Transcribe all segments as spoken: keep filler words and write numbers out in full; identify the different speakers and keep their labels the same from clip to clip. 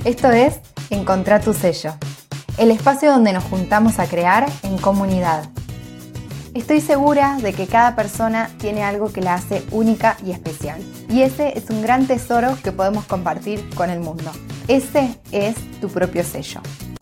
Speaker 1: Esto es Encontrá tu sello, el espacio donde nos juntamos a crear en comunidad. Estoy segura de que cada persona tiene algo que la hace única y especial. Y ese es un gran tesoro que podemos compartir con el mundo. Ese es tu propio sello.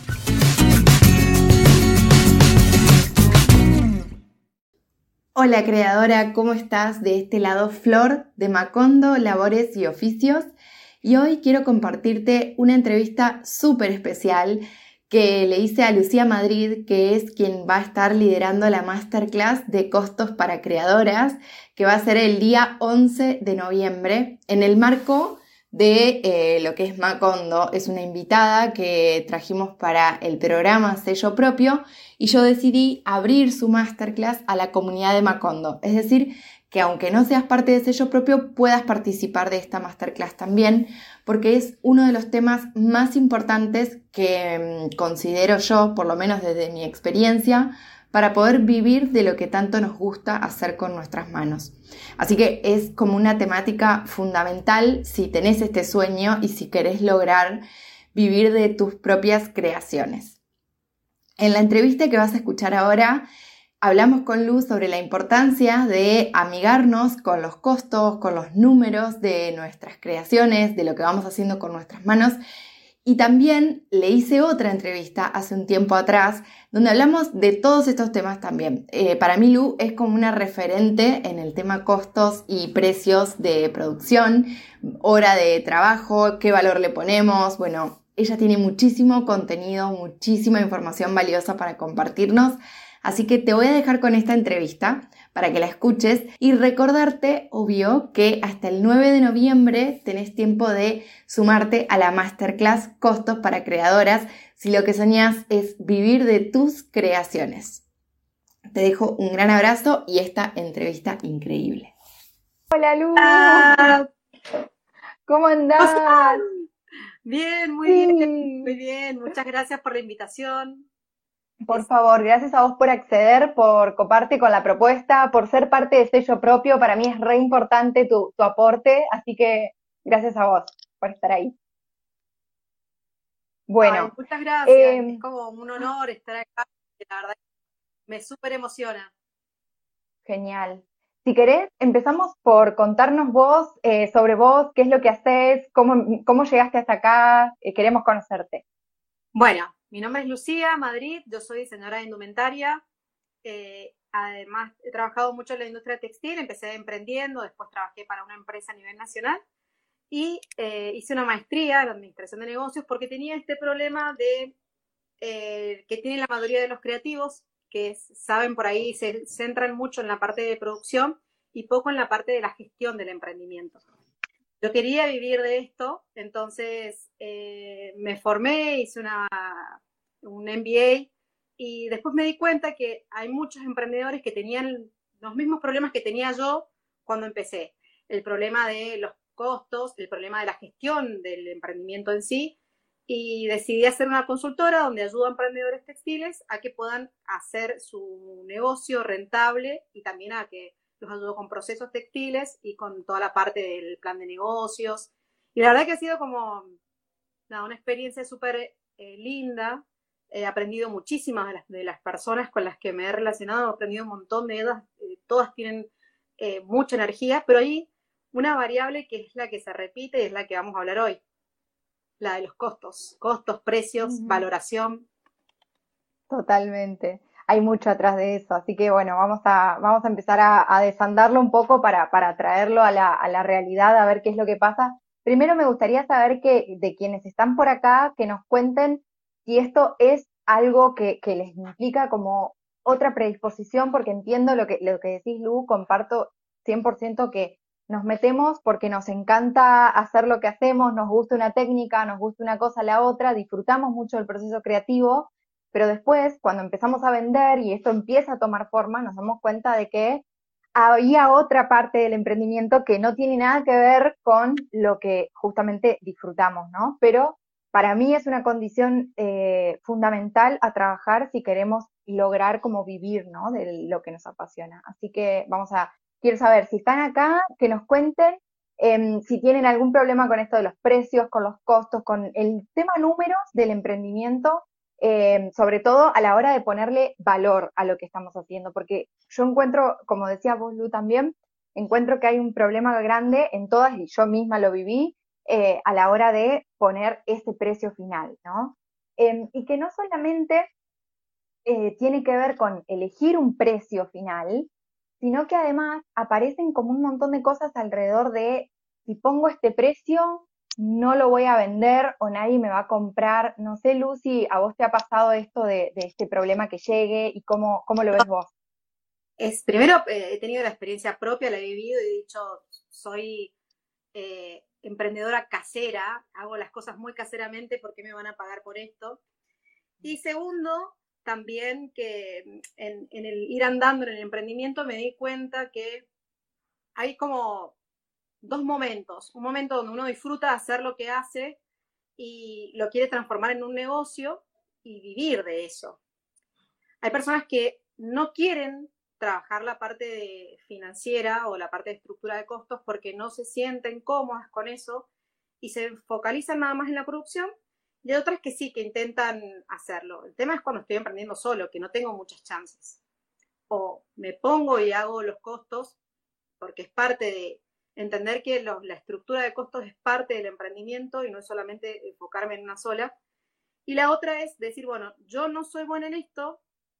Speaker 1: Hola creadora, ¿cómo estás? De este lado Flor de Macondo, Labores y Oficios. Y hoy quiero compartirte una entrevista súper especial que le hice a Lucía Madrid, que es quien va a estar liderando la Masterclass de Costos para Creadoras, que va a ser el día once de noviembre, en el marco de eh, lo que es Macondo. Es una invitada que trajimos para el programa Sello Propio y yo decidí abrir su Masterclass a la comunidad de Macondo. Es decir, que aunque no seas parte de Sello Propio, puedas participar de esta Masterclass también, porque es uno de los temas más importantes que mmm, considero yo, por lo menos desde mi experiencia, para poder vivir de lo que tanto nos gusta hacer con nuestras manos. Así que es como una temática fundamental si tenés este sueño y si querés lograr vivir de tus propias creaciones. En la entrevista que vas a escuchar ahora, hablamos con Lu sobre la importancia de amigarnos con los costos, con los números de nuestras creaciones, de lo que vamos haciendo con nuestras manos. Y también le hice otra entrevista hace un tiempo atrás, donde hablamos de todos estos temas también. Eh, para mí Lu es como una referente en el tema costos y precios de producción, hora de trabajo, qué valor le ponemos. Bueno, ella tiene muchísimo contenido, muchísima información valiosa para compartirnos. Así que te voy a dejar con esta entrevista para que la escuches y recordarte, obvio, que hasta el nueve de noviembre tenés tiempo de sumarte a la Masterclass Costos para Creadoras si lo que soñás es vivir de tus creaciones. Te dejo un gran abrazo y esta entrevista increíble. Hola Lu,
Speaker 2: Ah,
Speaker 1: ¿cómo andás?
Speaker 2: bien, muy
Speaker 1: Sí.
Speaker 2: bien, muy bien. Muchas gracias por la invitación.
Speaker 1: Por
Speaker 2: Es-
Speaker 1: favor, gracias a vos por acceder, por coparte con la propuesta, por ser parte de Sello Propio. Para mí es re importante tu, tu aporte, así que gracias a vos por estar ahí.
Speaker 2: Ay,
Speaker 1: Bueno,
Speaker 2: muchas gracias. Es
Speaker 1: eh,
Speaker 2: como un honor estar acá. La verdad, me súper emociona.
Speaker 1: genial. Si querés, empezamos por contarnos vos, eh, sobre vos, qué es lo que haces, cómo, cómo llegaste hasta acá, eh, queremos conocerte.
Speaker 2: Bueno, mi nombre es Lucía Madrid, yo soy diseñadora de indumentaria. Eh, además, he trabajado mucho en la industria textil, empecé emprendiendo, después trabajé para una empresa a nivel nacional y eh, hice una maestría en administración de negocios porque tenía este problema de eh, que tienen la mayoría de los creativos, que es, saben por ahí, se centran mucho en la parte de producción y poco en la parte de la gestión del emprendimiento. Yo quería vivir de esto, entonces eh, me formé, hice una, un M B A y después me di cuenta que hay muchos emprendedores que tenían los mismos problemas que tenía yo cuando empecé. El problema de los costos, el problema de la gestión del emprendimiento en sí, y decidí hacer una consultora donde ayudo a emprendedores textiles a que puedan hacer su negocio rentable y también a que los ayudo con procesos textiles y con toda la parte del plan de negocios. Y la verdad que ha sido como nada, una experiencia súper eh, linda. He aprendido muchísimas de las, de las personas con las que me he relacionado, he aprendido un montón de ellas, eh, todas tienen eh, mucha energía, pero hay una variable que es la que se repite y es la que vamos a hablar hoy, la de los costos, costos, precios,
Speaker 1: Ujú.
Speaker 2: valoración.
Speaker 1: Totalmente. Hay mucho atrás de eso, así que bueno, vamos a, vamos a empezar a, a desandarlo un poco para, para traerlo a la, a la realidad, a ver qué es lo que pasa. Primero me gustaría saber que de quienes están por acá, que nos cuenten si esto es algo que, que les implica como otra predisposición, porque entiendo lo que, lo que decís, Lu, comparto cien por ciento que nos metemos porque nos encanta hacer lo que hacemos, nos gusta una técnica, nos gusta una cosa, la otra, disfrutamos mucho del proceso creativo, pero después, cuando empezamos a vender y esto empieza a tomar forma, nos damos cuenta de que había otra parte del emprendimiento que no tiene nada que ver con lo que justamente disfrutamos, ¿no? Pero para mí es una condición eh, fundamental a trabajar si queremos lograr como vivir, ¿no? De lo que nos apasiona. Así que vamos a, quiero saber si están acá, que nos cuenten Eh, si tienen algún problema con esto de los precios, con los costos, con el tema números del emprendimiento, eh, sobre todo a la hora de ponerle valor a lo que estamos haciendo, porque yo encuentro, como decía vos, Lu, también, encuentro que hay un problema grande en todas, y yo misma lo viví, eh, a la hora de poner ese precio final, ¿no? Eh, y que no solamente eh, tiene que ver con elegir un precio final, sino que además aparecen como un montón de cosas alrededor de, si pongo este precio, no lo voy a vender o nadie me va a comprar. No sé, Lucy, ¿a vos te ha pasado esto de, de este problema que llegue y cómo, cómo lo ves vos?
Speaker 2: Es, primero, eh, he tenido la experiencia propia, la he vivido y he dicho, soy eh, emprendedora casera, hago las cosas muy caseramente, ¿por qué me van a pagar por esto? Y segundo, también que en, en el ir andando en el emprendimiento me di cuenta que hay como dos momentos. Un momento donde uno disfruta de hacer lo que hace y lo quiere transformar en un negocio y vivir de eso. Hay personas que no quieren trabajar la parte de financiera o la parte de estructura de costos porque no se sienten cómodas con eso y se focalizan nada más en la producción. Y hay otras que sí, que intentan hacerlo. El tema es cuando estoy emprendiendo solo, que no tengo muchas chances. O me pongo y hago los costos, porque es parte de entender que lo, la estructura de costos es parte del emprendimiento y no es solamente enfocarme en una sola. Y la otra es decir, bueno, yo no soy buena en esto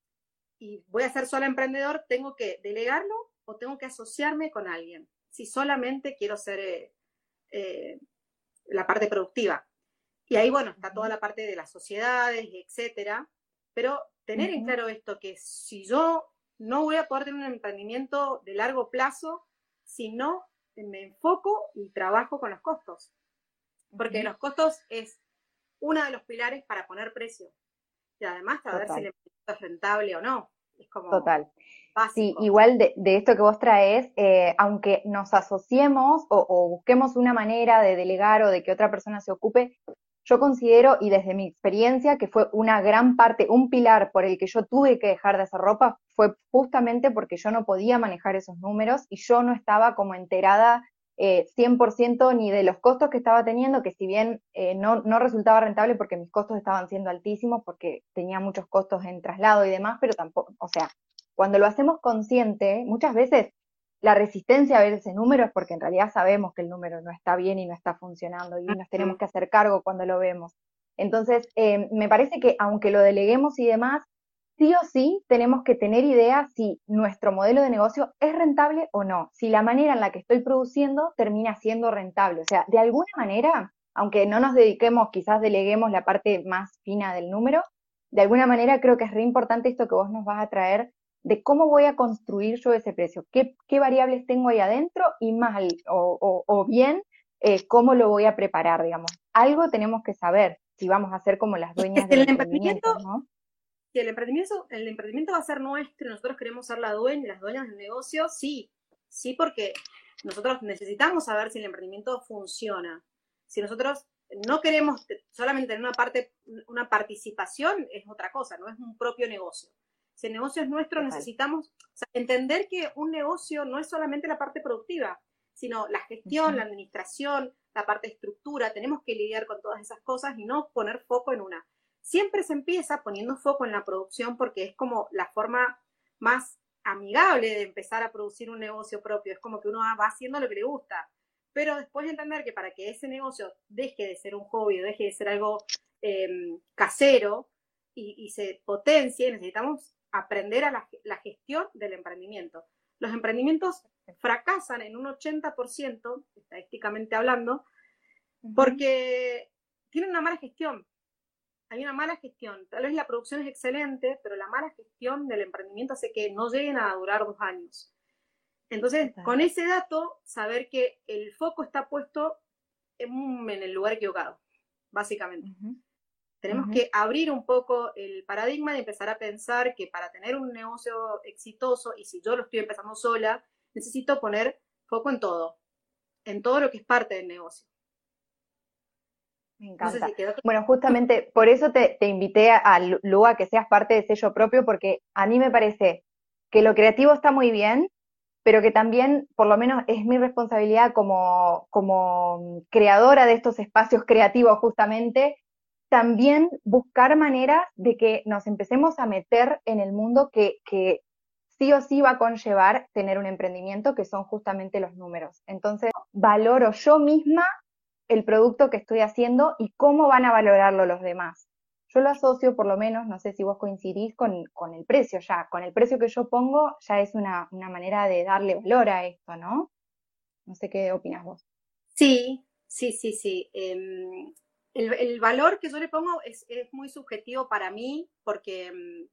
Speaker 2: y voy a ser sola emprendedor, tengo que delegarlo o tengo que asociarme con alguien. Si solamente quiero ser eh, eh, la parte productiva. Y ahí, bueno, está toda la parte de las sociedades, etcétera. Pero tener en claro esto, que si yo no voy a poder tener un emprendimiento de largo plazo, si no me enfoco y trabajo con los costos. Porque uh-huh. los costos es uno de los pilares para poner precio. Y además, para ver si el emprendimiento es rentable o no. Es como
Speaker 1: Total.
Speaker 2: básico.
Speaker 1: Sí, igual de, de esto que vos traes, eh, aunque nos asociemos o, o busquemos una manera de delegar o de que otra persona se ocupe, yo considero, y desde mi experiencia, que fue una gran parte, un pilar por el que yo tuve que dejar de hacer ropa, fue justamente porque yo no podía manejar esos números y yo no estaba como enterada eh, cien por ciento ni de los costos que estaba teniendo, que si bien eh, no, no resultaba rentable porque mis costos estaban siendo altísimos, porque tenía muchos costos en traslado y demás, pero tampoco, o sea, cuando lo hacemos consciente, muchas veces la resistencia a ver ese número es porque en realidad sabemos que el número no está bien y no está funcionando y nos tenemos que hacer cargo cuando lo vemos. Entonces, eh, me parece que aunque lo deleguemos y demás, sí o sí tenemos que tener idea si nuestro modelo de negocio es rentable o no, si la manera en la que estoy produciendo termina siendo rentable. O sea, de alguna manera, aunque no nos dediquemos, quizás deleguemos la parte más fina del número, de alguna manera creo que es re importante esto que vos nos vas a traer de cómo voy a construir yo ese precio, qué, qué variables tengo ahí adentro y mal o, o, o bien eh, cómo lo voy a preparar, digamos. Algo tenemos que saber si vamos a ser como las dueñas del emprendimiento, ¿no?
Speaker 2: Si el emprendimiento, el emprendimiento va a ser nuestro y nosotros queremos ser la dueña, las dueñas del negocio, sí, sí, porque nosotros necesitamos saber si el emprendimiento funciona. Si nosotros no queremos solamente tener una parte, una participación, es otra cosa, no es un propio negocio. Si el negocio es nuestro, Total. necesitamos o sea, entender que un negocio no es solamente la parte productiva, sino la gestión, uh-huh. la administración, la parte de estructura. Tenemos que lidiar con todas esas cosas y no poner foco en una. Siempre se empieza poniendo foco en la producción porque es como la forma más amigable de empezar a producir un negocio propio. Es como que uno va haciendo lo que le gusta. Pero después de entender que para que ese negocio deje de ser un hobby, deje de ser algo eh, casero y, y se potencie, necesitamos aprender a la, la gestión del emprendimiento. Los emprendimientos fracasan en un ochenta por ciento, estadísticamente hablando, porque tienen una mala gestión. Hay una mala gestión. Tal vez la producción es excelente, pero la mala gestión del emprendimiento hace que no lleguen a durar dos años. Entonces, con ese dato, saber que el foco está puesto en, en el lugar equivocado, básicamente. Uh-huh. Tenemos uh-huh. que abrir un poco el paradigma y empezar a pensar que para tener un negocio exitoso, y si yo lo estoy empezando sola, necesito poner foco en todo, en todo lo que es parte del negocio.
Speaker 1: Me encanta. No sé si quedó... Bueno, justamente por eso te, te invité a, a Lu a que seas parte de Sello Propio, porque a mí me parece que lo creativo está muy bien,
Speaker 3: pero que también, por lo menos, es mi responsabilidad como, como creadora de estos espacios creativos justamente, también buscar maneras de que nos empecemos a meter en el mundo que, que sí o sí va a conllevar tener un emprendimiento, que son justamente los números. Entonces, valoro yo misma el producto que estoy haciendo y cómo van a valorarlo los demás. Yo lo asocio, por lo menos, no sé si vos coincidís con, con el precio ya, con el precio que yo pongo ya es una, una manera de darle valor a esto, ¿no? No sé qué opinas vos.
Speaker 2: Sí, sí, sí, sí. Em, el, el valor que yo le pongo es, es muy subjetivo para mí porque em,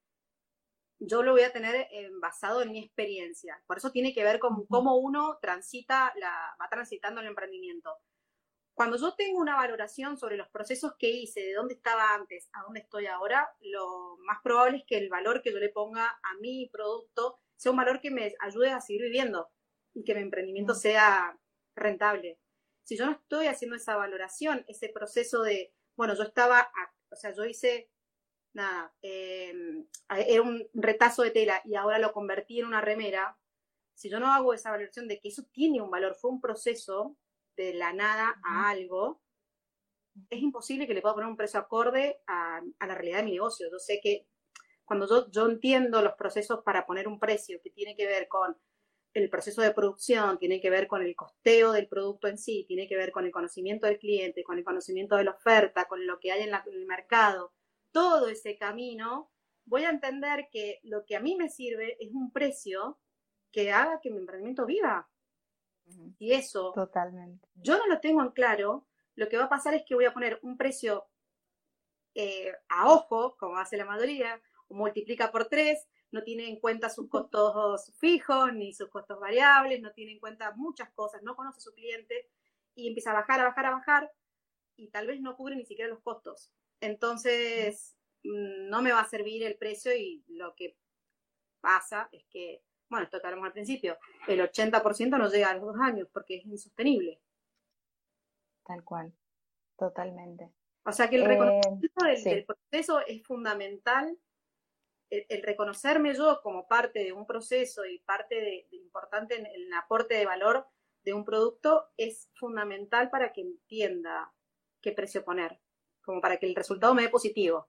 Speaker 2: yo lo voy a tener eh, basado en mi experiencia. Por eso tiene que ver con cómo uno transita la, va transitando el emprendimiento. Cuando yo tengo una valoración sobre los procesos que hice, de dónde estaba antes a dónde estoy ahora, lo más probable es que el valor que yo le ponga a mi producto sea un valor que me ayude a seguir viviendo y que mi emprendimiento sea rentable. Si yo no estoy haciendo esa valoración, ese proceso de, bueno, yo estaba, o sea, yo hice, nada, eh, era un retazo de tela y ahora lo convertí en una remera. Si yo no hago esa valoración de que eso tiene un valor, fue un proceso de la nada a algo, es imposible que le pueda poner un precio acorde a, a la realidad de mi negocio. Yo sé que cuando yo, yo entiendo los procesos para poner un precio que tiene que ver con el proceso de producción, tiene que ver con el costeo del producto en sí, tiene que ver con el conocimiento del cliente, con el conocimiento de la oferta, con lo que hay en, la, en el mercado, todo ese camino, voy a entender que lo que a mí me sirve es un precio que haga que mi emprendimiento viva. Y eso,
Speaker 3: totalmente,
Speaker 2: yo no lo tengo en claro, lo que va a pasar es que voy a poner un precio eh, a ojo, como hace la mayoría, o multiplica por tres, no tiene en cuenta sus costos fijos ni sus costos variables, no tiene en cuenta muchas cosas, no conoce a su cliente y empieza a bajar, a bajar, a bajar y tal vez no cubre ni siquiera los costos. Entonces, no me va a servir el precio y lo que pasa es que, bueno, esto que hablamos al principio, el ochenta por ciento no llega a los dos años porque es insostenible.
Speaker 3: tal cual, totalmente.
Speaker 2: O sea que el
Speaker 3: Eh,
Speaker 2: reconocimiento del, del
Speaker 3: sí.
Speaker 2: proceso es fundamental. El, el, reconocerme yo como parte de un proceso y parte de, de importante en el aporte de valor de un producto es fundamental para que entienda qué precio poner, como para que el resultado me dé positivo.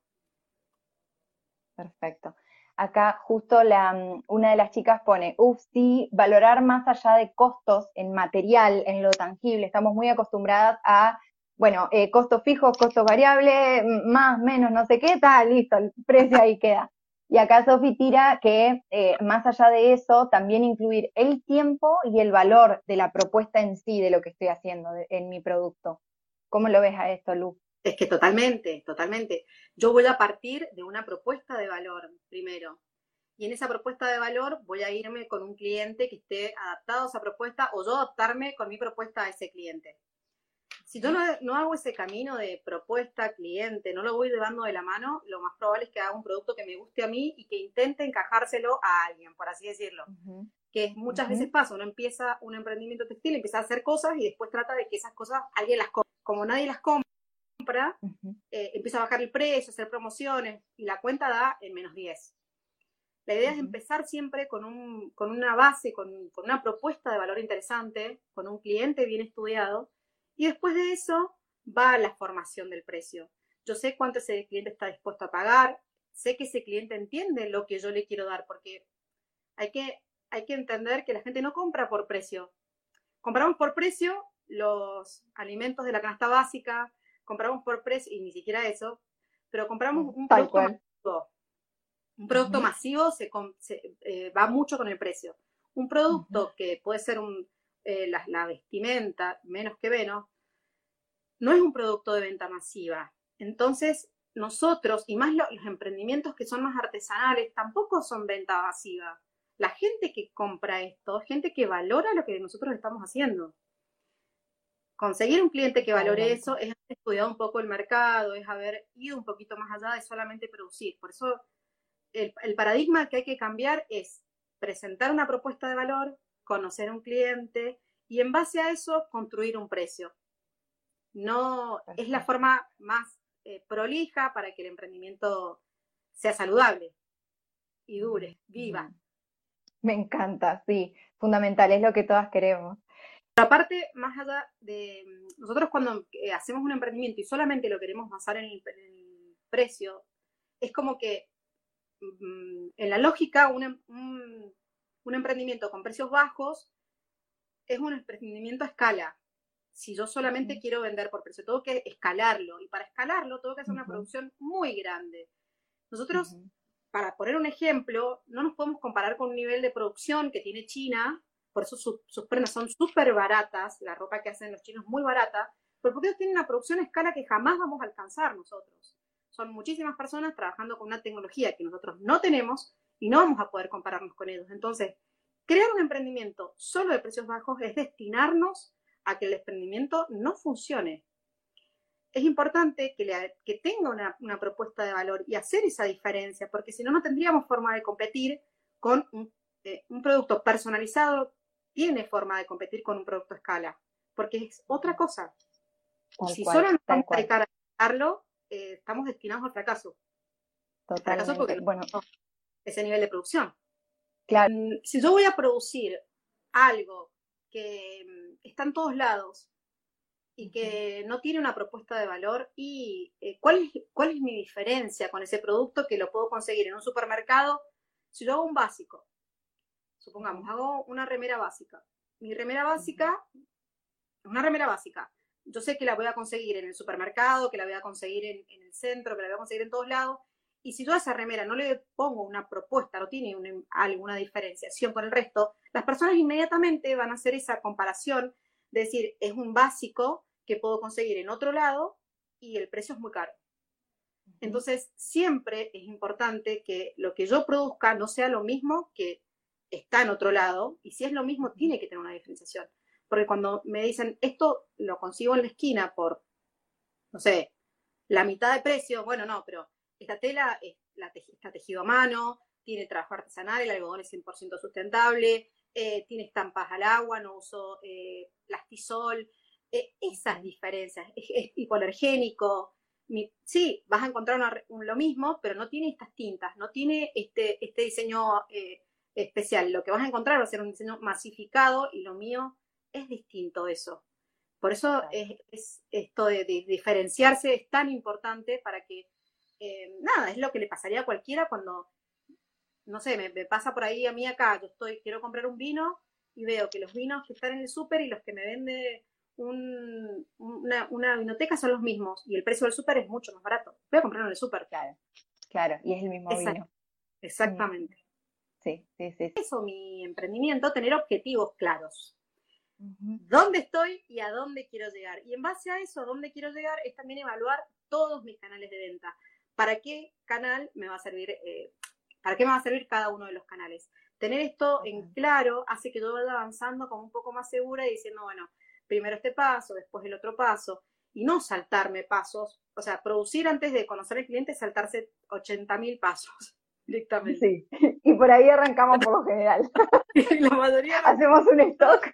Speaker 3: Perfecto. Acá justo la, una de las chicas pone, uff, sí, valorar más allá de costos en material, en lo tangible. Estamos muy acostumbradas a, bueno, eh, costos fijos, costos variables, más, menos, no sé qué, tal, listo, el precio ahí queda. Y acá Sofi tira que eh, más allá de eso, también incluir el tiempo y el valor de la propuesta en sí de lo que estoy haciendo de, en mi producto. ¿Cómo lo ves a esto, Lu?
Speaker 2: Es que totalmente, totalmente. Yo voy a partir de una propuesta de valor primero. Y en esa propuesta de valor voy a irme con un cliente que esté adaptado a esa propuesta o yo adaptarme con mi propuesta a ese cliente. Si yo no, no hago ese camino de propuesta, cliente, no lo voy llevando de la mano, lo más probable es que haga un producto que me guste a mí y que intente encajárselo a alguien, por así decirlo. Uh-huh. Que muchas uh-huh. veces pasa, uno empieza un emprendimiento textil, empieza a hacer cosas y después trata de que esas cosas alguien las compre. Como nadie las compra, uh-huh. eh, empieza a bajar el precio, hacer promociones y la cuenta da en menos diez. La idea uh-huh. es empezar siempre con, un, con una base, con, con una propuesta de valor interesante, con un cliente bien estudiado, y después de eso va la formación del precio. Yo sé cuánto ese cliente está dispuesto a pagar, sé que ese cliente entiende lo que yo le quiero dar, porque hay que, hay que entender que la gente no compra por precio. Compramos por precio los alimentos de la canasta básica, compramos por precio, y ni siquiera eso, pero compramos un producto masivo. Un producto uh-huh. masivo se, se eh, va mucho con el precio. Un producto uh-huh. que puede ser un, eh, la, la vestimenta, menos que menos, no es un producto de venta masiva. Entonces, nosotros, y más lo, los emprendimientos que son más artesanales, tampoco son venta masiva. La gente que compra esto, gente que valora lo que nosotros estamos haciendo. Conseguir un cliente que valore eso es haber estudiado un poco el mercado, es haber ido un poquito más allá de solamente producir. Por eso, El, el paradigma que hay que cambiar es presentar una propuesta de valor, conocer a un cliente y en base a eso construir un precio. No Perfecto. Es la forma más eh, prolija para que el emprendimiento sea saludable y dure, viva.
Speaker 3: Me encanta, sí. fundamental, es lo que todas queremos.
Speaker 2: Pero aparte, más allá de, nosotros cuando eh, hacemos un emprendimiento y solamente lo queremos basar en el, en el precio, es como que mm, en la lógica un, un, un emprendimiento con precios bajos es un emprendimiento a escala. Si yo solamente uh-huh. quiero vender por precio, tengo que escalarlo, y para escalarlo tengo que hacer uh-huh. una producción muy grande. Nosotros, uh-huh. para poner un ejemplo, no nos podemos comparar con un nivel de producción que tiene China, por eso sus, sus prendas son súper baratas, la ropa que hacen los chinos es muy barata, pero porque ellos tienen una producción a escala que jamás vamos a alcanzar nosotros. Son muchísimas personas trabajando con una tecnología que nosotros no tenemos y no vamos a poder compararnos con ellos. Entonces, crear un emprendimiento solo de precios bajos es destinarnos a que el emprendimiento no funcione. Es importante que, le, que tenga una, una propuesta de valor y hacer esa diferencia, porque si no, no tendríamos forma de competir con un, eh, un producto personalizado. Tiene forma de competir con un producto a escala, porque es otra cosa.
Speaker 3: Tal
Speaker 2: si
Speaker 3: cual,
Speaker 2: solo nos vamos
Speaker 3: cual.
Speaker 2: a dedicar a hacerlo, eh, estamos destinados al fracaso.
Speaker 3: Totalmente.
Speaker 2: Fracaso porque no
Speaker 3: bueno,
Speaker 2: tenemos ese nivel de producción.
Speaker 3: Claro.
Speaker 2: Si yo voy a producir algo que está en todos lados y que no tiene una propuesta de valor, y eh, ¿cuál, es, ¿cuál es mi diferencia con ese producto que lo puedo conseguir en un supermercado? Si yo hago un básico, supongamos, hago una remera básica. Mi remera básica es una remera básica. Yo sé que la voy a conseguir en el supermercado, que la voy a conseguir en, en el centro, que la voy a conseguir en todos lados. Y si yo a esa remera no le pongo una propuesta, no tiene una, alguna diferenciación con el resto, las personas inmediatamente van a hacer esa comparación de decir, es un básico que puedo conseguir en otro lado y el precio es muy caro. Entonces, siempre es importante que lo que yo produzca no sea lo mismo que está en otro lado, y si es lo mismo, tiene que tener una diferenciación. Porque cuando me dicen, esto lo consigo en la esquina por, no sé, la mitad de precio, bueno, no, pero esta tela es, la te, está tejido a mano, tiene trabajo artesanal, el algodón es cien por ciento sustentable, eh, tiene estampas al agua, no uso eh, plastisol, eh, esas diferencias, es, es hipoalergénico. Mi, sí, vas a encontrar una, un, lo mismo, pero no tiene estas tintas, no tiene este, este diseño eh, especial. Lo que vas a encontrar va a ser un diseño masificado, y lo mío es distinto eso. Por eso es, es esto de, de diferenciarse es tan importante, para que eh, nada, es lo que le pasaría a cualquiera cuando, no sé, me, me pasa por ahí a mí acá, yo estoy, quiero comprar un vino y veo que los vinos que están en el súper y los que me vende un, una, una vinoteca son los mismos, y el precio del súper es mucho más barato. Voy a comprarlo en el súper.
Speaker 3: Claro, claro, y es el mismo
Speaker 2: Exacto.
Speaker 3: vino.
Speaker 2: Exactamente.
Speaker 3: Sí, sí, sí.
Speaker 2: Eso, mi emprendimiento, tener objetivos claros.
Speaker 3: Uh-huh.
Speaker 2: ¿Dónde estoy y a dónde quiero llegar? Y en base a eso, a dónde quiero llegar, es también evaluar todos mis canales de venta. ¿Para qué canal me va a servir? Eh, ¿Para qué me va a servir cada uno de los canales? Tener esto uh-huh. en claro hace que yo vaya avanzando como un poco más segura y diciendo, bueno, primero este paso, después el otro paso, y no saltarme pasos. O sea, producir antes de conocer al cliente, saltarse ochenta mil pasos directamente.
Speaker 3: Sí, y por ahí arrancamos por lo general.
Speaker 2: La mayoría
Speaker 3: hacemos un stock.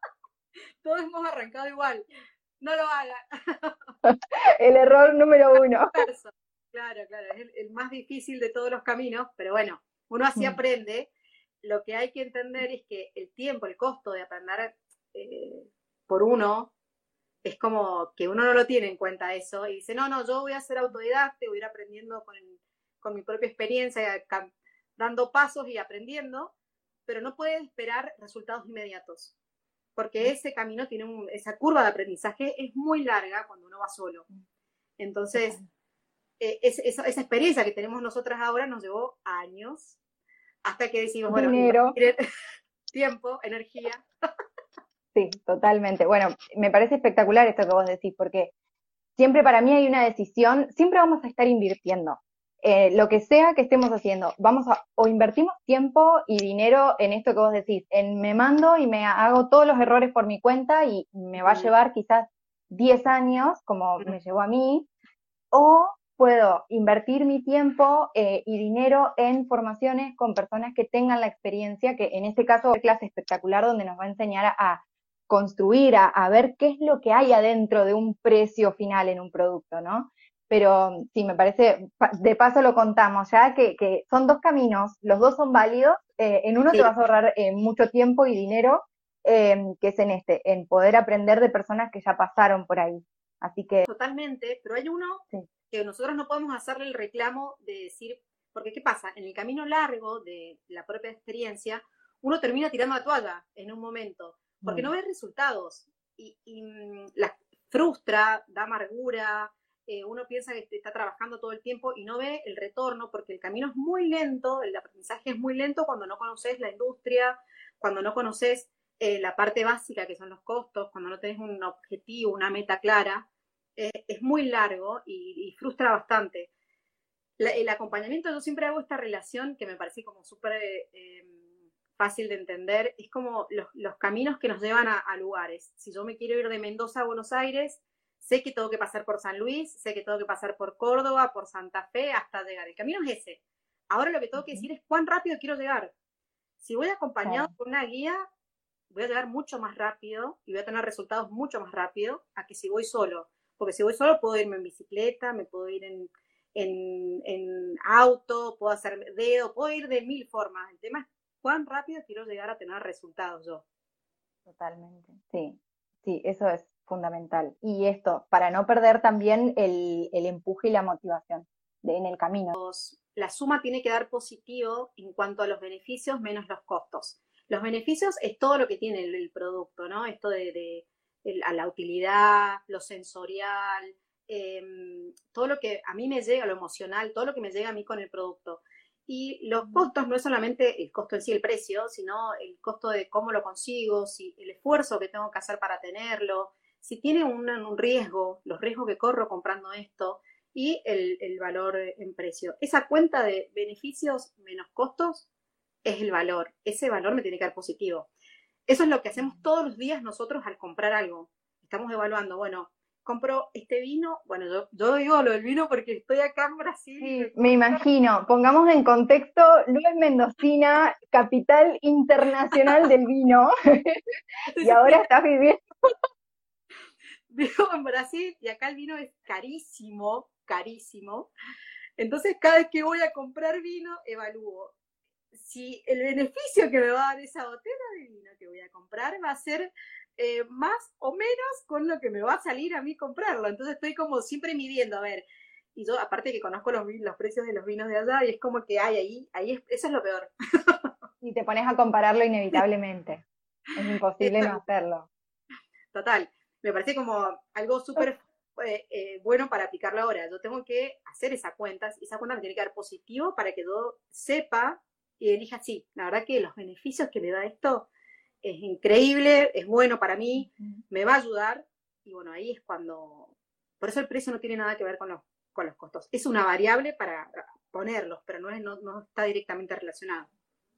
Speaker 2: Todos hemos arrancado igual. No lo hagan.
Speaker 3: El error número uno.
Speaker 2: Claro, claro, es el, el más difícil de todos los caminos, pero bueno, uno así mm. aprende. Lo que hay que entender es que el tiempo, el costo de aprender eh, por uno, es como que uno no lo tiene en cuenta eso, y dice, no, no, yo voy a ser autodidacta, voy a ir aprendiendo con, con mi propia experiencia, dando pasos y aprendiendo, pero no puedes esperar resultados inmediatos. Porque ese camino tiene un, esa curva de aprendizaje es muy larga cuando uno va solo. Entonces, eh, es, esa, esa experiencia que tenemos nosotras ahora nos llevó años, hasta que decimos, bueno,
Speaker 3: dinero,
Speaker 2: tiempo, energía.
Speaker 3: Sí, totalmente. Bueno, me parece espectacular esto que vos decís, porque siempre para mí hay una decisión, siempre vamos a estar invirtiendo. Eh, lo que sea que estemos haciendo, vamos a, o invertimos tiempo y dinero en esto que vos decís, en me mando y me hago todos los errores por mi cuenta y me va a llevar quizás diez años, como me llevó a mí, o puedo invertir mi tiempo eh, y dinero en formaciones con personas que tengan la experiencia, que en este caso es clase espectacular donde nos va a enseñar a, a construir, a, a ver qué es lo que hay adentro de un precio final en un producto, ¿no? pero sí, me parece, de paso lo contamos ya, que, que son dos caminos, los dos son válidos, eh, en uno te
Speaker 2: Sí,
Speaker 3: vas a ahorrar eh, mucho tiempo y dinero, eh, que es en este, en poder aprender de personas que ya pasaron por ahí. Así que,
Speaker 2: totalmente, pero hay uno
Speaker 3: sí.
Speaker 2: que nosotros no podemos hacerle el reclamo de decir, porque ¿qué pasa? En el camino largo de la propia experiencia, uno termina tirando la toalla en un momento, porque no
Speaker 3: Mm.
Speaker 2: ve resultados y, y mm, la frustra, da amargura, eh, uno piensa que está trabajando todo el tiempo y no ve el retorno porque el camino es muy lento, el aprendizaje es muy lento cuando no conoces la industria, cuando no conoces eh, la parte básica que son los costos, cuando no tenés un objetivo, una meta clara, eh, es muy largo y, y frustra bastante. La, el acompañamiento, yo siempre hago esta relación que me parece como súper eh, fácil de entender, es como los, los caminos que nos llevan a, a lugares. Si yo me quiero ir de Mendoza a Buenos Aires, sé que tengo que pasar por San Luis, sé que tengo que pasar por Córdoba, por Santa Fe, hasta llegar. El camino es ese. Ahora lo que tengo que
Speaker 3: Ujú.
Speaker 2: decir es cuán rápido quiero llegar. Si voy acompañado
Speaker 3: Claro.
Speaker 2: por una guía, voy a llegar mucho más rápido y voy a tener resultados mucho más rápido a que si voy solo. Porque si voy solo puedo irme en bicicleta, me puedo ir en, en, en auto, puedo hacer dedo, puedo ir de mil formas. El tema es cuán rápido quiero llegar a tener resultados yo.
Speaker 3: Totalmente, sí, sí, eso es fundamental. Y esto, para no perder también el, el empuje y la motivación de, en el camino.
Speaker 2: La suma tiene que dar positivo en cuanto a los beneficios menos los costos. Los beneficios es todo lo que tiene el, el producto, ¿no? Esto de, de, de la utilidad, lo sensorial, eh, todo lo que a mí me llega, lo emocional, todo lo que me llega a mí con el producto. Y los costos no es solamente el costo en sí, el precio, sino el costo de cómo lo consigo, si el esfuerzo que tengo que hacer para tenerlo, si tiene un, un riesgo, los riesgos que corro comprando esto, y el, el valor en precio. Esa cuenta de beneficios menos costos es el valor. Ese valor me tiene que dar positivo. Eso es lo que hacemos todos los días nosotros al comprar algo. Estamos evaluando, bueno, compro este vino, bueno, yo, yo digo lo del vino porque estoy acá en Brasil y me
Speaker 3: Sí, me
Speaker 2: gusta.
Speaker 3: imagino, pongamos en contexto, Lu es mendocina, capital internacional del vino, y
Speaker 2: Entonces
Speaker 3: ahora
Speaker 2: estoy
Speaker 3: estás viviendo.
Speaker 2: vivo en Brasil y acá el vino es carísimo, carísimo. Entonces cada vez que voy a comprar vino, evalúo si el beneficio que me va a dar esa botella de vino que voy a comprar va a ser eh, más o menos con lo que me va a salir a mí comprarlo. Entonces estoy como siempre midiendo, a ver, y yo aparte que conozco los, los precios de los vinos de allá y es como que hay ahí, ahí es, eso es lo peor.
Speaker 3: Y te pones a compararlo inevitablemente. Es imposible no hacerlo.
Speaker 2: Total, me parece como algo súper eh, eh, bueno para aplicarlo ahora. Yo tengo que hacer esa cuenta, y esa cuenta me tiene que dar positivo para que yo sepa y elija, sí, la verdad que los beneficios que me da esto es increíble, es bueno para mí, me va a ayudar, y bueno, ahí es cuando, por eso el precio no tiene nada que ver con los, con los costos. Es una variable para ponerlos, pero no, es, no, no está directamente relacionado.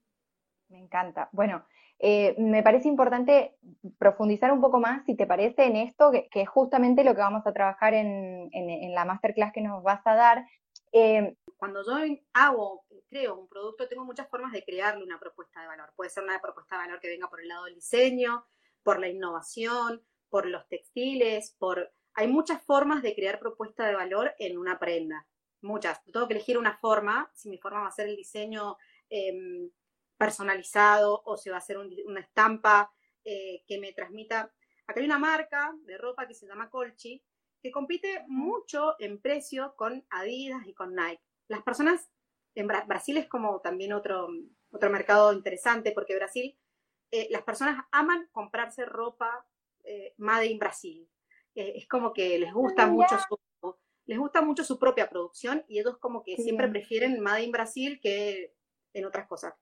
Speaker 3: Me encanta. Bueno, eh, me parece importante profundizar un poco más, si te parece, en esto, que, que es justamente lo que vamos a trabajar en, en, en la masterclass que nos vas a dar. Eh,
Speaker 2: Cuando yo hago, creo un producto, tengo muchas formas de crearle una propuesta de valor. Puede ser una propuesta de valor que venga por el lado del diseño, por la innovación, por los textiles, por... Hay muchas formas de crear propuesta de valor en una prenda. Muchas. Yo tengo que elegir una forma, si mi forma va a ser el diseño eh, personalizado o si va a ser un, una estampa eh, que me transmita... Acá hay una marca de ropa que se llama Colchi, que compite mucho en precio con Adidas y con Nike. Las personas, en Bra Brasil es como también otro, otro mercado interesante, porque Brasil, eh, las personas aman comprarse ropa eh, made in Brasil. Eh, es como que les gusta mucho su, les gusta mucho su propia producción y ellos como que
Speaker 3: qué
Speaker 2: siempre
Speaker 3: bien.
Speaker 2: prefieren made in Brasil que en otras cosas.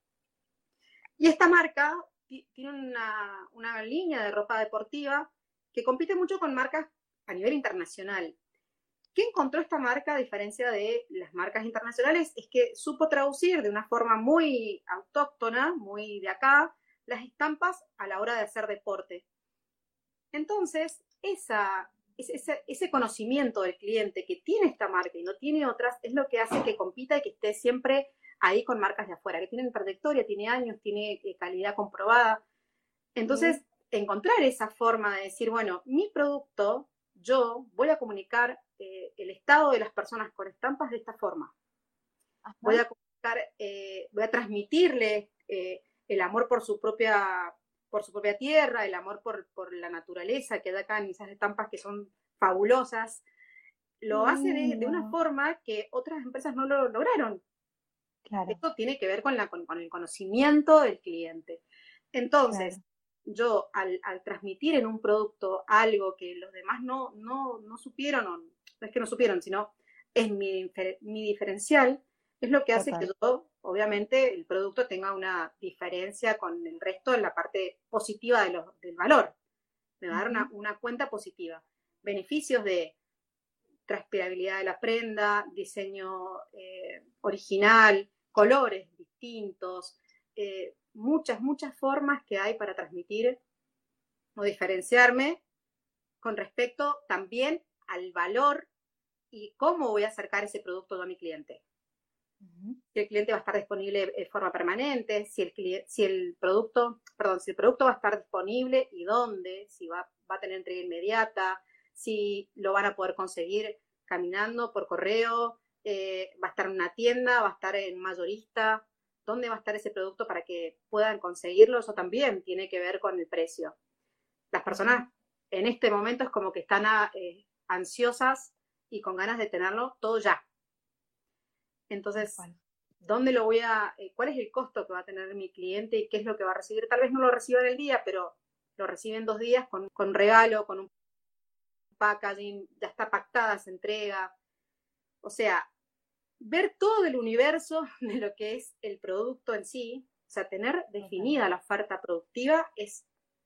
Speaker 2: Y esta marca tiene una, una línea de ropa deportiva que compite mucho con marcas a nivel internacional. ¿Qué encontró esta marca a diferencia de las marcas internacionales? Es que supo traducir de una forma muy autóctona, muy de acá, las estampas a la hora de hacer deporte. Entonces, esa, ese, ese conocimiento del cliente que tiene esta marca y no tiene otras es lo que hace que compita y que esté siempre ahí con marcas de afuera, que tienen trayectoria, tiene años, tiene calidad comprobada. Entonces, encontrar esa forma de decir, bueno, mi producto yo voy a comunicar eh, el estado de las personas con estampas de esta forma. Ajá. Voy a comunicar, eh, voy a transmitirle eh, el amor por su propia, por su propia tierra, el amor por, por la naturaleza que da acá en esas estampas que son fabulosas. Lo mm, hace de, de una forma que otras empresas no lo lograron. Claro. Esto tiene que ver con, la, con, con el conocimiento del cliente. Entonces, claro. yo al, al transmitir en un producto algo que los demás no, no, no supieron, o no es que no supieron, sino es mi, mi diferencial, es lo que hace Total. que yo, obviamente, el producto tenga una diferencia con el resto en la parte positiva de los, del valor. Me va a dar uh-huh. una, una cuenta positiva. Beneficios de transpirabilidad de la prenda, diseño eh, original, colores distintos, eh, muchas, muchas formas que hay para transmitir o diferenciarme con respecto también al valor y cómo voy a acercar ese producto a mi cliente. Uh-huh. Si el cliente va a estar disponible de forma permanente, si el, si el producto, perdón, si el producto va a estar disponible y dónde, si va, va a tener entrega inmediata, si lo van a poder conseguir caminando por correo, eh, va a estar en una tienda, va a estar en mayorista, dónde va a estar ese producto para que puedan conseguirlo. Eso también tiene que ver con el precio. Las personas en este momento es como que están a, eh, ansiosas y con ganas de tenerlo todo ya. Entonces, ¿dónde lo voy a, eh, cuál es el costo que va a tener mi cliente y qué es lo que va a recibir? Tal vez no lo reciba en el día, pero lo recibe en dos días con, con regalo, con un packaging, ya está pactada esa entrega. O sea, ver todo el universo de lo que es el producto en sí, o sea, tener definida la oferta productiva es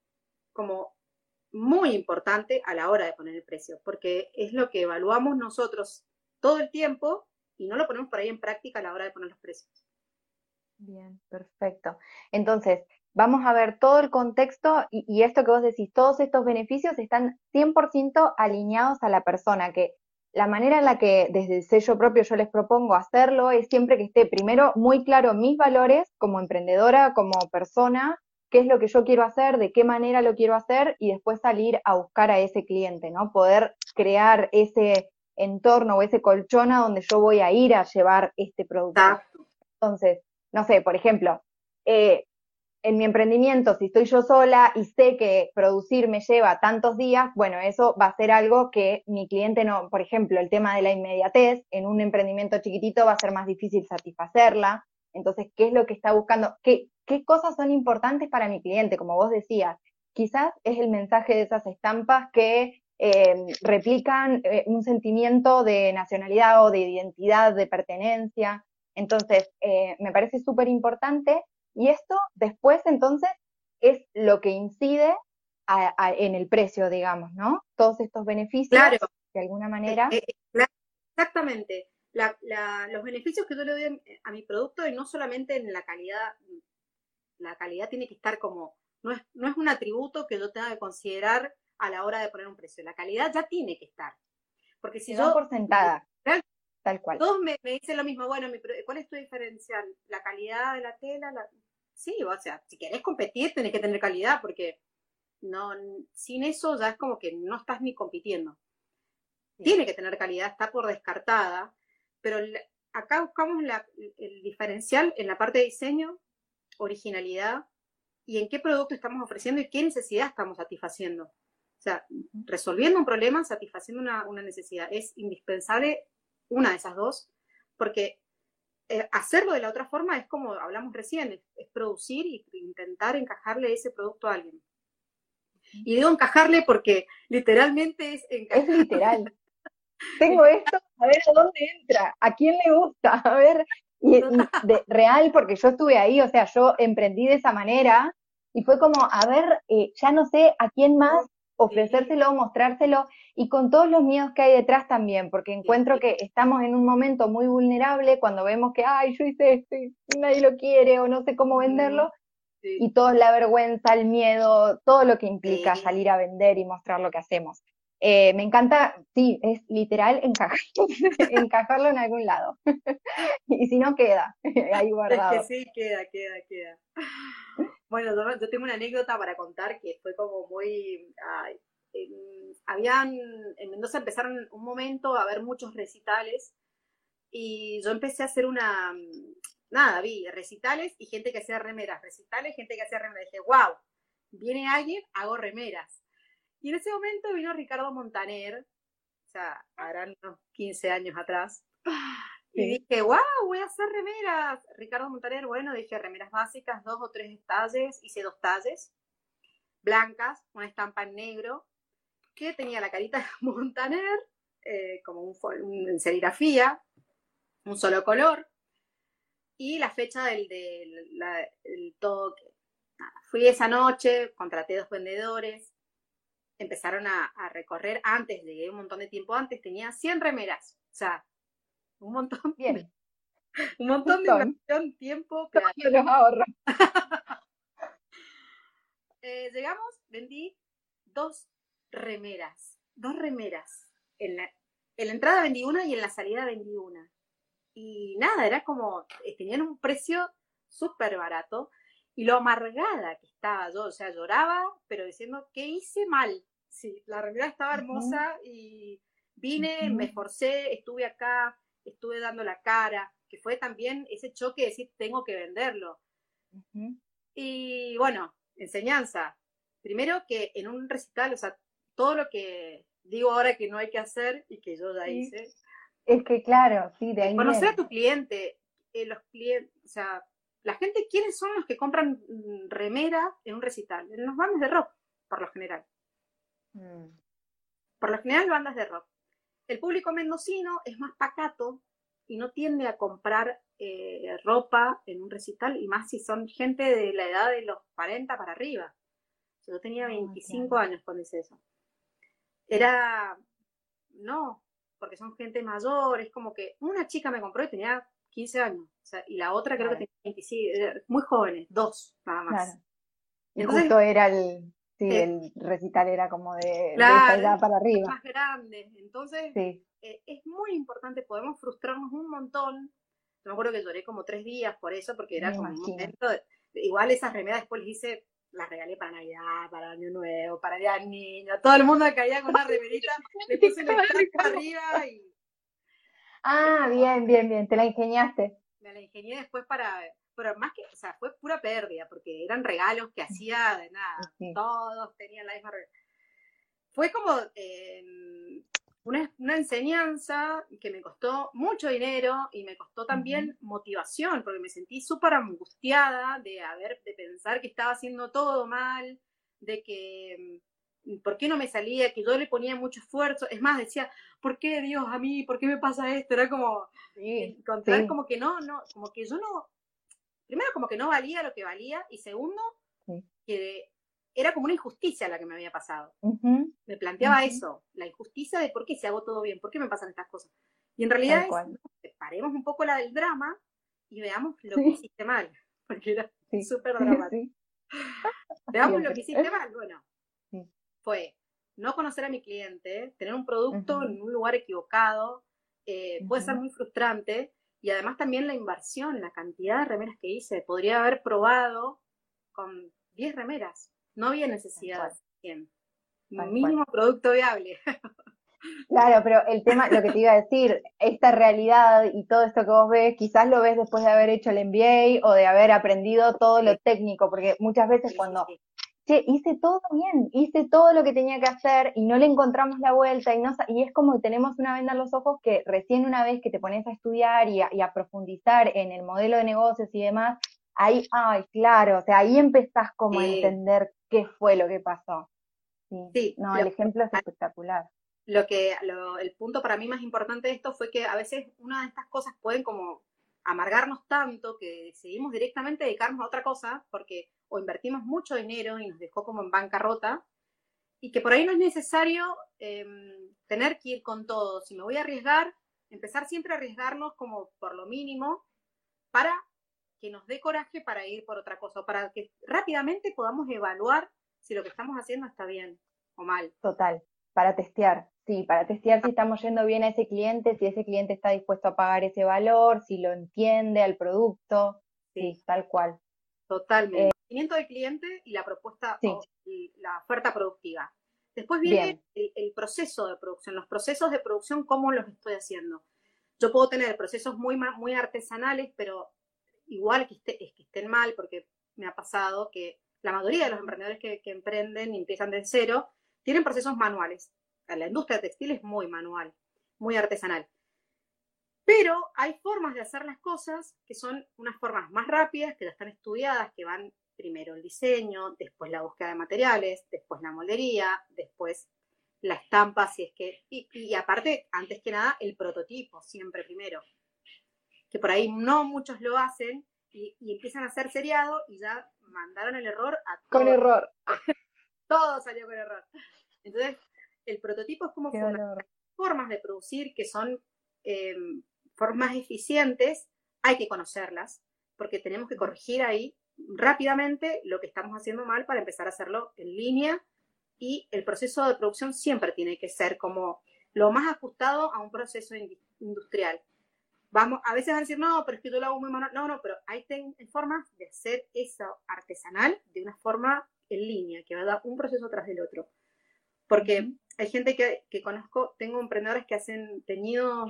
Speaker 2: como muy importante a la hora de poner el precio, porque es lo que evaluamos nosotros todo el tiempo y no lo ponemos por ahí en práctica a la hora de poner los precios.
Speaker 3: Bien, perfecto. Entonces, vamos a ver todo el contexto y, y esto que vos decís, todos estos beneficios están cien por ciento alineados a la persona, que la manera en la que desde el sello propio yo les propongo hacerlo es siempre que esté primero muy claro mis valores como emprendedora, como persona, qué es lo que yo quiero hacer, de qué manera lo quiero hacer y después salir a buscar a ese cliente, ¿no? Poder crear ese entorno o ese colchón a donde yo voy a ir a llevar este producto.
Speaker 2: Exacto.
Speaker 3: Entonces, no sé, por ejemplo, eh, en mi emprendimiento, si estoy yo sola y sé que producir me lleva tantos días, bueno, eso va a ser algo que mi cliente no, por ejemplo, el tema de la inmediatez, en un emprendimiento chiquitito va a ser más difícil satisfacerla. Entonces, ¿qué es lo que está buscando? ¿Qué, qué cosas son importantes para mi cliente? Como vos decías, quizás es el mensaje de esas estampas que eh, replican eh, un sentimiento de nacionalidad o de identidad, de pertenencia. Entonces, eh, me parece súper importante. Y esto después, entonces, es lo que incide a, a, en el precio, digamos, ¿no? Todos estos beneficios,
Speaker 2: claro.
Speaker 3: de alguna manera.
Speaker 2: Eh, eh, claro. Exactamente. La, la, los beneficios que yo le doy a mi producto, y no solamente en la calidad, la calidad tiene que estar como, no es, no es un atributo que yo tenga que considerar a la hora de poner un precio. La calidad ya tiene que estar. Porque si yo...
Speaker 3: por sentada. Tal cual.
Speaker 2: Todos me, me dicen lo mismo, bueno, mi, ¿cuál es tu diferencial? ¿La calidad de la tela? La... Sí, o sea, si querés competir tenés que tener calidad, porque no, sin eso ya es como que no estás ni compitiendo. Sí. Tiene que tener calidad, está por descartada, pero acá buscamos la, el diferencial en la parte de diseño, originalidad, y en qué producto estamos ofreciendo y qué necesidad estamos satisfaciendo. O sea, resolviendo un problema, satisfaciendo una, una necesidad. Es indispensable una de esas dos, porque eh, hacerlo de la otra forma es como hablamos recién, es, es producir y intentar encajarle ese producto a alguien. Y digo encajarle porque literalmente es encajar.
Speaker 3: Es literal. Tengo esto, a ver a dónde entra, a quién le gusta, a ver, y, y de, real, porque yo estuve ahí, o sea, yo emprendí de esa manera, y fue como, a ver, eh, ya no sé a quién más ofrecérselo, mostrárselo, y con todos los miedos que hay detrás también, porque encuentro que estamos en un momento muy vulnerable cuando vemos que, ay, yo hice esto y nadie lo quiere, o no sé cómo venderlo, sí. Y todo la vergüenza, el miedo, todo lo que implica sí. salir a vender y mostrar lo que hacemos. Eh, me encanta, sí, es literal encajar, encajarlo en algún lado, y si no queda ahí guardado.
Speaker 2: Es que sí, queda, queda, queda. Bueno, yo, yo tengo una anécdota para contar que fue como muy... Ay, eh, habían en Mendoza empezaron un momento a haber muchos recitales y yo empecé a hacer una, nada, vi recitales y gente que hacía remeras, recitales, gente que hacía remeras. Dije, wow, viene alguien, hago remeras. Y en ese momento vino Ricardo Montaner, o sea, harán unos quince años atrás, y sí. Dije, wow, voy a hacer remeras. Ricardo Montaner, bueno, dije remeras básicas, dos o tres talles, hice dos talles, blancas, una estampa en negro, que tenía la carita de Montaner, eh, como un, un, en serigrafía, un solo color, y la fecha del, del la, el toque. Nada, fui esa noche, contraté dos vendedores, empezaron a, a recorrer, antes, llegué un montón de tiempo antes, tenía cien remeras, o sea, un montón.
Speaker 3: Bien.
Speaker 2: De, un montón un de inversión, tiempo,
Speaker 3: claro. Los ahorros.
Speaker 2: eh, llegamos, vendí dos remeras, dos remeras. En la, en la entrada vendí una y en la salida vendí una. Y nada, era como, tenían un precio súper barato. Y lo amargada que estaba yo, o sea, lloraba, pero diciendo, ¿qué hice mal? Sí, la remera estaba hermosa uh-huh. y vine, uh-huh. me esforcé, estuve acá, estuve dando la cara, que fue también ese choque de decir, tengo que venderlo. Uh-huh. Y bueno, enseñanza. Primero que en un recital, o sea, todo lo que digo ahora que no hay que hacer y que yo ya
Speaker 3: sí.
Speaker 2: hice.
Speaker 3: Es que claro, sí, de ahí
Speaker 2: conocer
Speaker 3: viene.
Speaker 2: a tu cliente, eh, los clientes, o sea, la gente, ¿quiénes son los que compran remera en un recital? En las bandas de rock, por lo general. Mm. Por lo general, bandas de rock. El público mendocino es más pacato y no tiende a comprar eh, ropa en un recital, y más si son gente de la edad de los cuarenta para arriba. Yo tenía veinticinco oh, claro. años cuando hice eso. Era, no, porque son gente mayor, es como que una chica me compró y tenía quince años, o sea, y la otra creo claro. que tenía veinticinco, muy jóvenes, dos, nada más.
Speaker 3: Claro. Y entonces, justo era el, sí, eh, el recital era como de,
Speaker 2: claro,
Speaker 3: de esa edad para arriba.
Speaker 2: Más grande, entonces
Speaker 3: sí.
Speaker 2: eh, es muy importante, podemos frustrarnos un montón. Yo me acuerdo que lloré como tres días por eso, porque era me como imagino. Un momento, de, igual esas remeras después les hice, las regalé para Navidad, para Año Nuevo, para Día del Niño, todo el mundo caía con una remerita, le puse el estaca arriba y...
Speaker 3: Ah, bien, bien, bien, te la ingeniaste.
Speaker 2: Me la ingenié después para, pero más que, o sea, fue pura pérdida, porque eran regalos que hacía de nada, sí. Todos tenían la misma regla. Fue como eh, una, una enseñanza que me costó mucho dinero y me costó también uh-huh. motivación, porque me sentí súper angustiada de, haber, de pensar que estaba haciendo todo mal, de que por qué no me salía, que yo le ponía mucho esfuerzo. Es más, decía, ¿por qué Dios a mí? ¿Por qué me pasa esto? Era como
Speaker 3: sí,
Speaker 2: encontrar
Speaker 3: sí.
Speaker 2: como que no, no, como que yo no, primero como que no valía lo que valía, y segundo, sí. que era como una injusticia la que me había pasado. Uh-huh. Me planteaba uh-huh. eso, la injusticia de por qué si hago todo bien, por qué me pasan estas cosas. Y en realidad es, paremos un poco la del drama y veamos lo sí. que hiciste mal, porque era sí. súper dramático. Sí. Veamos Siempre. Lo que hiciste mal. Bueno, sí. fue no conocer a mi cliente, tener un producto uh-huh. en un lugar equivocado, eh, uh-huh. puede ser muy frustrante, y además también la inversión, la cantidad de remeras que hice. Podría haber probado con diez remeras. No había necesidad de cien. Mínimo producto viable.
Speaker 3: Claro, pero el tema, lo que te iba a decir, esta realidad y todo esto que vos ves, quizás lo ves después de haber hecho el M B A o de haber aprendido todo lo técnico, porque muchas veces sí, cuando, sí, sí. che, hice todo bien, hice todo lo que tenía que hacer y no le encontramos la vuelta, y no y es como que tenemos una venda en los ojos que recién una vez que te pones a estudiar y a, y a profundizar en el modelo de negocios y demás, ahí, ay, claro, o sea, ahí empezás como sí. a entender qué fue lo que pasó. Sí,
Speaker 2: sí
Speaker 3: no, el ejemplo es espectacular.
Speaker 2: Lo que, lo, el punto para mí más importante de esto fue que a veces una de estas cosas pueden como amargarnos tanto que decidimos directamente dedicarnos a otra cosa, porque o invertimos mucho dinero y nos dejó como en bancarrota, y que por ahí no es necesario eh, tener que ir con todo. Si me voy a arriesgar, empezar siempre a arriesgarnos como por lo mínimo, para que nos dé coraje para ir por otra cosa, para que rápidamente podamos evaluar si lo que estamos haciendo está bien o mal.
Speaker 3: Total, para testear, sí, para testear si estamos yendo bien a ese cliente, si ese cliente está dispuesto a pagar ese valor, si lo entiende al producto, sí, sí tal cual.
Speaker 2: Totalmente. El conocimiento del cliente y la propuesta, sí. o la oferta productiva. Después viene el, el proceso de producción, los procesos de producción, cómo los estoy haciendo. Yo puedo tener procesos muy, muy artesanales, pero igual que, esté, es que estén mal, porque me ha pasado que la mayoría de los emprendedores que, que emprenden y empiezan de cero, tienen procesos manuales. La industria textil es muy manual, muy artesanal. Pero hay formas de hacer las cosas que son unas formas más rápidas, que ya están estudiadas, que van primero el diseño, después la búsqueda de materiales, después la moldería, después la estampa, si es que... Y, y aparte, antes que nada, el prototipo, siempre primero. Que por ahí no muchos lo hacen y, y empiezan a hacer seriado y ya mandaron el error a todos.
Speaker 3: Con error.
Speaker 2: Todo salió con error. Entonces, el prototipo es como formas de producir que son eh, formas eficientes, hay que conocerlas, porque tenemos que corregir ahí rápidamente lo que estamos haciendo mal para empezar a hacerlo en línea, y el proceso de producción siempre tiene que ser como lo más ajustado a un proceso industrial. Vamos, a veces van a decir, no, pero es que yo lo hago muy manual. No, no, pero hay, ten, hay formas de hacer eso artesanal de una forma en línea, que va a dar un proceso tras del otro. Porque uh-huh. hay gente que, que conozco, tengo emprendedores que hacen teñidos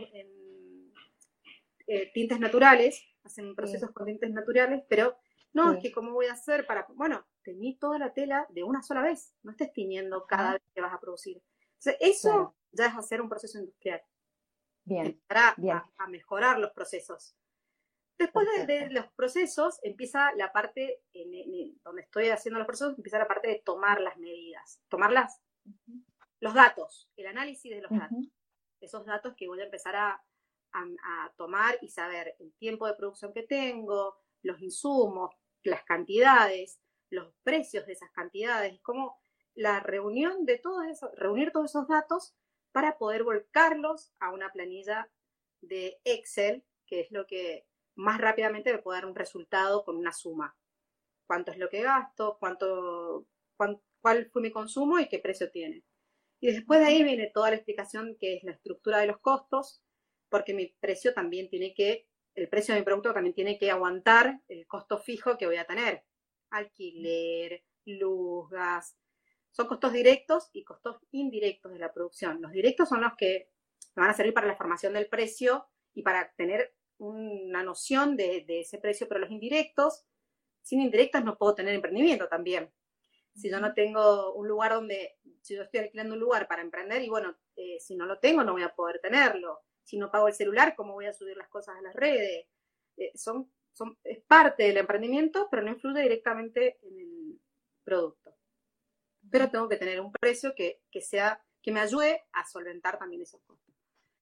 Speaker 2: en eh, tintes naturales, hacen procesos sí. con tintes naturales, pero no, sí. es que ¿cómo voy a hacer para...? Bueno, teñí toda la tela de una sola vez, no estés tiñendo cada uh-huh. vez que vas a producir. O sea, eso claro. ya es hacer un proceso industrial.
Speaker 3: Bien,
Speaker 2: para
Speaker 3: bien.
Speaker 2: A, a mejorar los procesos. Después de, de los procesos empieza la parte, en, en, donde estoy haciendo los procesos, empieza la parte de tomar las medidas, tomar las, uh-huh. los datos, el análisis de los uh-huh. datos. Esos datos que voy a empezar a, a, a tomar y saber el tiempo de producción que tengo, los insumos, las cantidades, los precios de esas cantidades, como la reunión de todo eso, reunir todos esos datos para poder volcarlos a una planilla de Excel, que es lo que más rápidamente me puede dar un resultado con una suma. Cuánto es lo que gasto, cuánto, cuán, cuál fue mi consumo y qué precio tiene. Y después de ahí viene toda la explicación, que es la estructura de los costos, porque mi precio también tiene que, el precio de mi producto también tiene que aguantar el costo fijo que voy a tener. Alquiler, luz, gas. Son costos directos y costos indirectos de la producción. Los directos son los que me van a servir para la formación del precio y para tener una noción de, de ese precio, pero los indirectos, sin indirectos no puedo tener emprendimiento también. Si yo no tengo un lugar donde, si yo estoy alquilando un lugar para emprender y bueno, eh, si no lo tengo no voy a poder tenerlo. Si no pago el celular, ¿cómo voy a subir las cosas a las redes? Eh, son, son, es parte del emprendimiento, pero no influye directamente en el producto. Pero tengo que tener un precio que, que, sea, que me ayude a solventar también esos costos.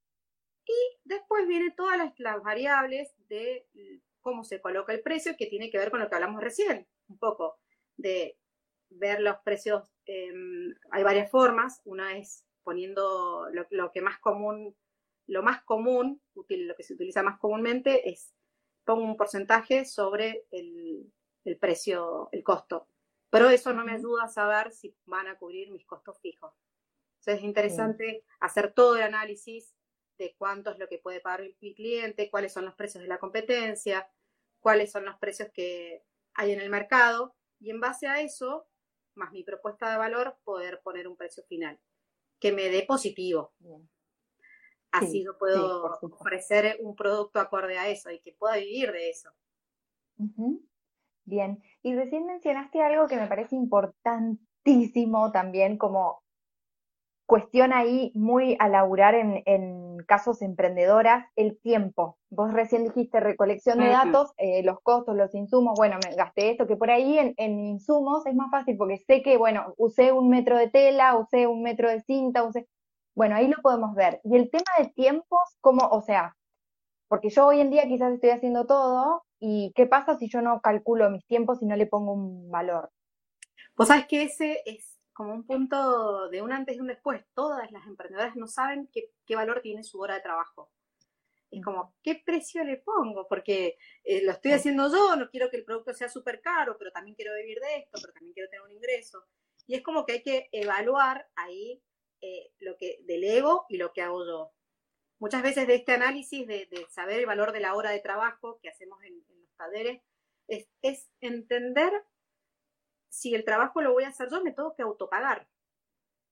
Speaker 2: Y después vienen todas las, las variables de cómo se coloca el precio, que tiene que ver con lo que hablamos recién, un poco de ver los precios. Eh, hay varias formas. Una es poniendo lo, lo que más común, lo más común, útil, lo que se utiliza más comúnmente es pongo un porcentaje sobre el, el precio, el costo. Pero eso no me ayuda a saber si van a cubrir mis costos fijos. Entonces es interesante sí. hacer todo el análisis de cuánto es lo que puede pagar el cliente, cuáles son los precios de la competencia, cuáles son los precios que hay en el mercado, y en base a eso, más mi propuesta de valor, poder poner un precio final que me dé positivo. Bien. Así sí, yo puedo sí, ofrecer un producto acorde a eso y que pueda vivir de eso.
Speaker 3: Uh-huh. Bien, y recién mencionaste algo que me parece importantísimo también, como cuestión ahí muy a laburar en, en casos emprendedoras, el tiempo. Vos recién dijiste recolección de datos, eh, los costos, los insumos, bueno, me gasté esto, que por ahí en, en insumos es más fácil porque sé que, bueno, usé un metro de tela, usé un metro de cinta, usé... Bueno, ahí lo podemos ver. Y el tema de tiempos, ¿cómo? O sea, porque yo hoy en día quizás estoy haciendo todo, ¿y qué pasa si yo no calculo mis tiempos y no le pongo un valor?
Speaker 2: Vos sabés que ese es como un punto de un antes y un después. Todas las emprendedoras no saben qué, qué valor tiene su hora de trabajo. Es como, ¿qué precio le pongo? Porque eh, lo estoy haciendo yo, no quiero que el producto sea súper caro, pero también quiero vivir de esto, pero también quiero tener un ingreso. Y es como que hay que evaluar ahí eh, lo que delego y lo que hago yo. Muchas veces de este análisis de, de saber el valor de la hora de trabajo que hacemos en, en los talleres, es, es entender si el trabajo lo voy a hacer yo, me tengo que autopagar.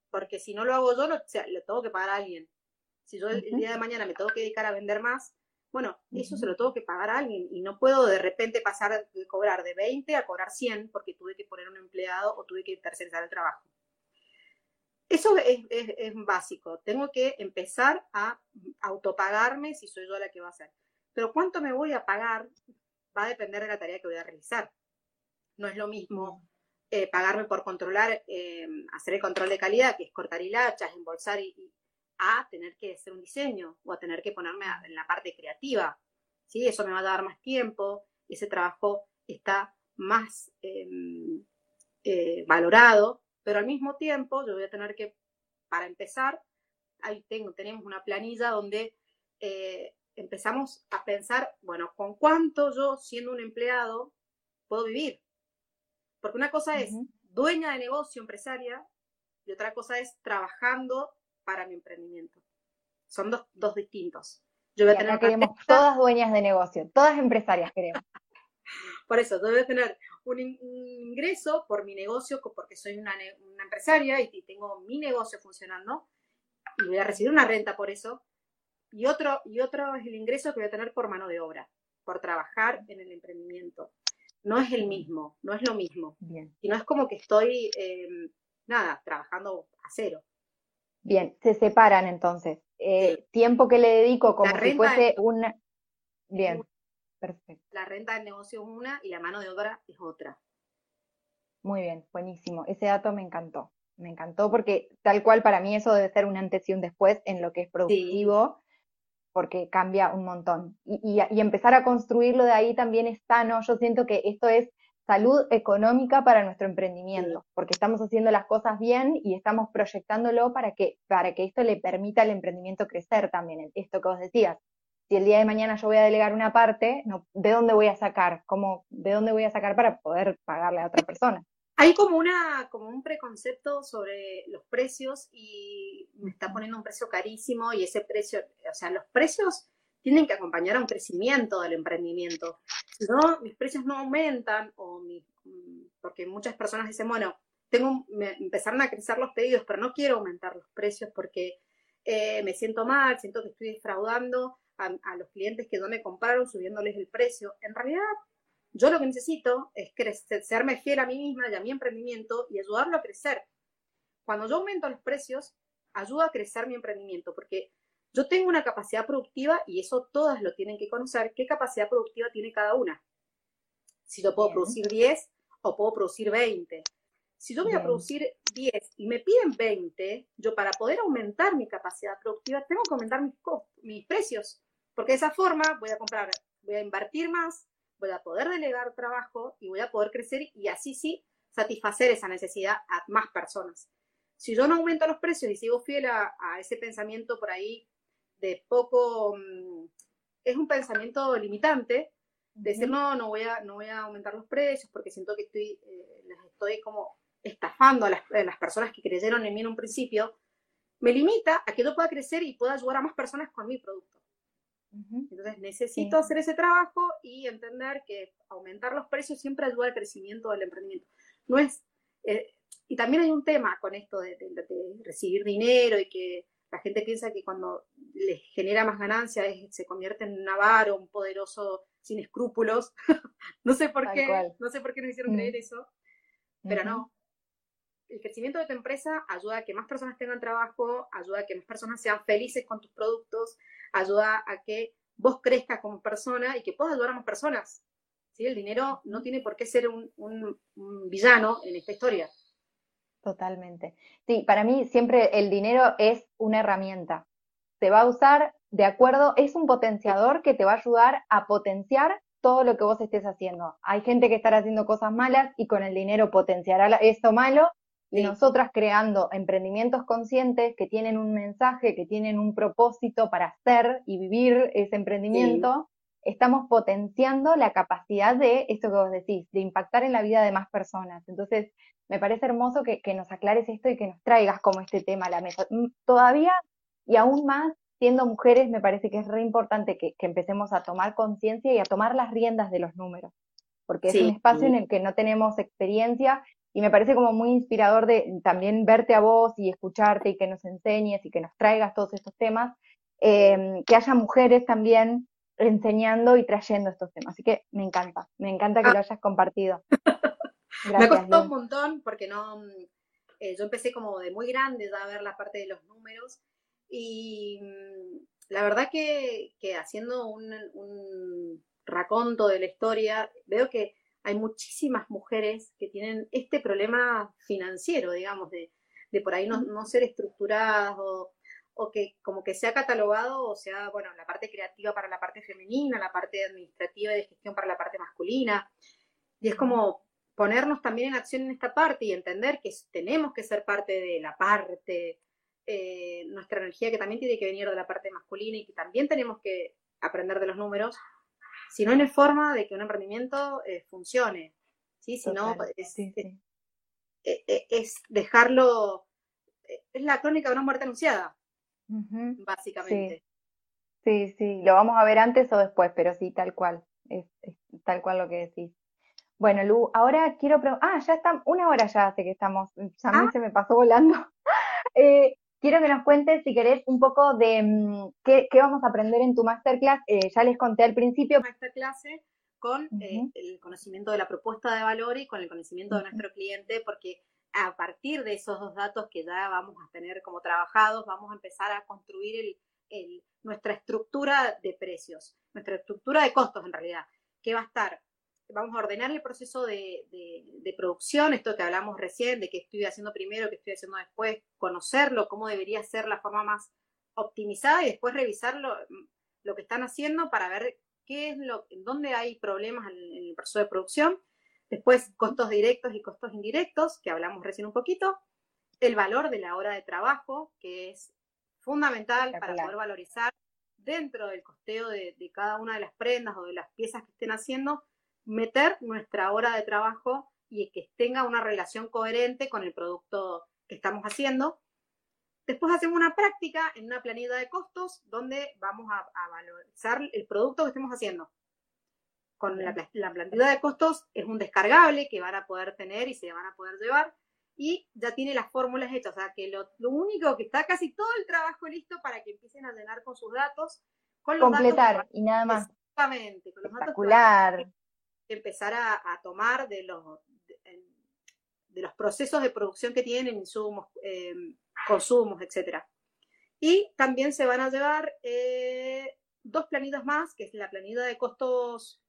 Speaker 2: porque si no lo hago yo, no, o sea, lo tengo que pagar a alguien. Si yo el, el
Speaker 3: Ujú.
Speaker 2: día de mañana me tengo que dedicar a vender más, bueno, eso se
Speaker 3: Ujú.
Speaker 2: lo tengo que pagar a alguien y no puedo de repente pasar de cobrar de veinte a cobrar cien porque tuve que poner un empleado o tuve que tercerizar el trabajo. Eso es, es, es básico. Tengo que empezar a autopagarme si soy yo la que va a hacer. Pero ¿cuánto me voy a pagar? Va a depender de la tarea que voy a realizar. No es lo mismo
Speaker 3: Bien.
Speaker 2: eh, pagarme por controlar, eh, hacer el control de calidad, que es cortar hilachas, embolsar, y, y a tener que hacer un diseño o a tener que ponerme a, en la parte creativa. ¿Sí? Eso me va a dar más tiempo, ese trabajo está más eh, eh, valorado, pero al mismo tiempo yo voy a tener que, para empezar, ahí tengo, tenemos una planilla donde eh, empezamos a pensar, bueno, ¿con cuánto yo, siendo un empleado, puedo vivir? Porque una cosa es
Speaker 3: Ujú.
Speaker 2: dueña de negocio, empresaria, y otra cosa es trabajando para mi emprendimiento. Son dos, dos distintos. Yo voy
Speaker 3: Y
Speaker 2: a tener
Speaker 3: acá
Speaker 2: una
Speaker 3: queremos
Speaker 2: renta,
Speaker 3: todas dueñas de negocio, todas empresarias queremos.
Speaker 2: por eso, yo voy a tener un, in, un ingreso por mi negocio, porque soy una, una empresaria y, y tengo mi negocio funcionando, y voy a recibir una renta por eso. Y otro, y otro es el ingreso que voy a tener por mano de obra, por trabajar en el emprendimiento. No es el mismo, no es lo mismo.
Speaker 3: Bien.
Speaker 2: Y no es como que estoy, eh, nada, trabajando a cero.
Speaker 3: Bien, se separan entonces.
Speaker 2: Sí.
Speaker 3: Eh, tiempo que le dedico
Speaker 2: La
Speaker 3: como si
Speaker 2: renta
Speaker 3: fuese una...
Speaker 2: es una,
Speaker 3: Bien, perfecto.
Speaker 2: la renta del negocio es una y la mano de obra es otra.
Speaker 3: Muy bien, buenísimo. Ese dato me encantó. Me encantó porque tal cual para mí eso debe ser un antes y un después en lo que es
Speaker 2: Sí,
Speaker 3: productivo, porque cambia un montón. Y, y, y empezar a construirlo de ahí también es sano. Yo siento que esto es salud económica para nuestro
Speaker 2: sí,
Speaker 3: emprendimiento, porque estamos haciendo las cosas bien y estamos proyectándolo para que, para que esto le permita al emprendimiento crecer también, esto que vos decías. Si el día de mañana yo voy a delegar una parte, no, ¿de dónde voy a sacar? ¿Cómo, ¿De dónde voy a sacar para poder pagarle a otra persona?
Speaker 2: hay como, una, como un preconcepto sobre los precios y me está poniendo un precio carísimo y ese precio, o sea, los precios tienen que acompañar a un crecimiento del emprendimiento. Si no, mis precios no aumentan o mi, porque muchas personas dicen, bueno, tengo, me empezaron a crecer los pedidos, pero no quiero aumentar los precios porque eh, me siento mal, siento que estoy defraudando a, a los clientes que no me compraron subiéndoles el precio. En realidad, yo lo que necesito es crecer, serme fiel a mí misma y a mi emprendimiento y ayudarlo a crecer. Cuando yo aumento los precios, ayuda a crecer mi emprendimiento, porque yo tengo una capacidad productiva y eso todas lo tienen que conocer, qué capacidad productiva tiene cada una. Si yo puedo
Speaker 3: Bien,
Speaker 2: producir diez o puedo producir veinte. Si yo voy a
Speaker 3: bien,
Speaker 2: producir diez y me piden veinte, yo para poder aumentar mi capacidad productiva tengo que aumentar mis, mis precios, porque de esa forma voy a comprar, voy a invertir más, voy a poder delegar trabajo y voy a poder crecer y así sí satisfacer esa necesidad a más personas. Si yo no aumento los precios y sigo fiel a, a ese pensamiento por ahí de poco, mmm, es un pensamiento limitante, de decir,
Speaker 3: uh-huh,
Speaker 2: no, no voy a, no voy a aumentar los precios porque siento que estoy, eh, las estoy como estafando a las, a las personas que creyeron en mí en un principio, me limita a que yo pueda crecer y pueda ayudar a más personas con mi producto.
Speaker 3: uh-huh,
Speaker 2: Entonces necesito
Speaker 3: sí,
Speaker 2: hacer ese trabajo y entender que aumentar los precios siempre ayuda al crecimiento del emprendimiento. No es, eh, y también hay un tema con esto de, de, de recibir dinero y que la gente piensa que cuando les genera más ganancia es, se convierte en un avaro, un poderoso sin escrúpulos. No sé por
Speaker 3: tal
Speaker 2: qué,
Speaker 3: cual.
Speaker 2: no sé por qué nos hicieron
Speaker 3: Mm,
Speaker 2: creer eso, pero
Speaker 3: uh-huh,
Speaker 2: no. El crecimiento de tu empresa ayuda a que más personas tengan trabajo, ayuda a que más personas sean felices con tus productos, ayuda a que vos crezcas como persona y que puedas ayudar a más personas. ¿Sí? El dinero no
Speaker 3: uh-huh.
Speaker 2: tiene por qué ser un, un, un villano en esta historia.
Speaker 3: Totalmente. Sí, para mí siempre el dinero es una herramienta. Se va a usar de acuerdo, es un potenciador que te va a ayudar a potenciar todo lo que vos estés haciendo. Hay gente que estará haciendo cosas malas y con el dinero potenciará esto malo y
Speaker 2: Sí,
Speaker 3: nosotras creando emprendimientos conscientes que tienen un mensaje, que tienen un propósito para hacer y vivir ese
Speaker 2: sí,
Speaker 3: emprendimiento, estamos potenciando la capacidad de esto que vos decís, de impactar en la vida de más personas. Entonces, me parece hermoso que, que nos aclares esto y que nos traigas como este tema a la mesa. Todavía y aún más siendo mujeres, me parece que es re importante que, que empecemos a tomar conciencia y a tomar las riendas de los números, porque es un
Speaker 2: sí,
Speaker 3: espacio en el que no tenemos experiencia y me parece como muy inspirador de también verte a vos y escucharte y que nos enseñes y que nos traigas todos estos temas, eh, que haya mujeres también enseñando y trayendo estos temas. Así que me encanta, me encanta que
Speaker 2: Ah,
Speaker 3: lo hayas compartido.
Speaker 2: me ha
Speaker 3: Gracias,
Speaker 2: costado un
Speaker 3: Lu.
Speaker 2: montón porque no, eh, yo empecé como de muy grande ya a ver la parte de los números y mm, la verdad que, que haciendo un, un raconto de la historia, veo que hay muchísimas mujeres que tienen este problema financiero, digamos, de, de por ahí no, no ser estructuradas o, o que como que se ha catalogado, o sea, bueno, la parte creativa para la parte femenina, la parte administrativa y de gestión para la parte masculina. Y es como ponernos también en acción en esta parte y entender que tenemos que ser parte de la parte, eh, nuestra energía que también tiene que venir de la parte masculina y que también tenemos que aprender de los números, si no, no hay forma de que un emprendimiento eh, funcione. ¿Sí? Si no, es,
Speaker 3: Sí,
Speaker 2: es,
Speaker 3: sí.
Speaker 2: es, es dejarlo, es la crónica de una muerte anunciada,
Speaker 3: Ujú. Sí,
Speaker 2: básicamente.
Speaker 3: sí, sí. Lo vamos a ver antes o después, pero sí, tal cual. Es, es tal cual lo que decís. Bueno, Lu, ahora quiero preguntar. Ah, ya está, una hora ya hace que estamos. Ya a mí
Speaker 2: Ah,
Speaker 3: se me pasó volando. Eh, quiero que nos cuentes, si querés, un poco de mm, qué, qué vamos a aprender en tu masterclass. Eh, ya les conté al principio.
Speaker 2: esta clase con eh,
Speaker 3: Ujú,
Speaker 2: el conocimiento de la propuesta de valor y con el conocimiento de
Speaker 3: ujú.
Speaker 2: nuestro cliente, porque a partir de esos dos datos que ya vamos a tener como trabajados, vamos a empezar a construir el, el, nuestra estructura de precios, nuestra estructura de costos en realidad, que va a estar, vamos a ordenar el proceso de, de, de producción, esto que hablamos recién, de qué estoy haciendo primero, qué estoy haciendo después, conocerlo, cómo debería ser la forma más optimizada y después revisarlo, lo que están haciendo para ver qué es lo, en dónde hay problemas en, en el proceso de producción. Después, costos directos y costos indirectos, que hablamos recién un poquito. El valor de la hora de trabajo, que es fundamental para
Speaker 3: Espectacular.
Speaker 2: poder valorizar dentro del costeo de, de cada una de las prendas o de las piezas que estén haciendo, meter nuestra hora de trabajo y que tenga una relación coherente con el producto que estamos haciendo. Después hacemos una práctica en una planilla de costos donde vamos a, a valorizar el producto que estemos haciendo. Con la,
Speaker 3: Bien.
Speaker 2: la plantilla de costos es un descargable que van a poder tener y se van a poder llevar y ya tiene las fórmulas hechas, o sea que lo, lo único que está casi todo el trabajo listo para que empiecen a llenar con sus datos, con los datos que van
Speaker 3: Completar y nada más.
Speaker 2: exactamente, con los datos que van a
Speaker 3: Espectacular.
Speaker 2: empezar a, a tomar de los, de, de los procesos de producción que tienen, insumos, eh, consumos, etcétera. Y también se van a llevar eh, dos planillas más, que es la planilla de costos,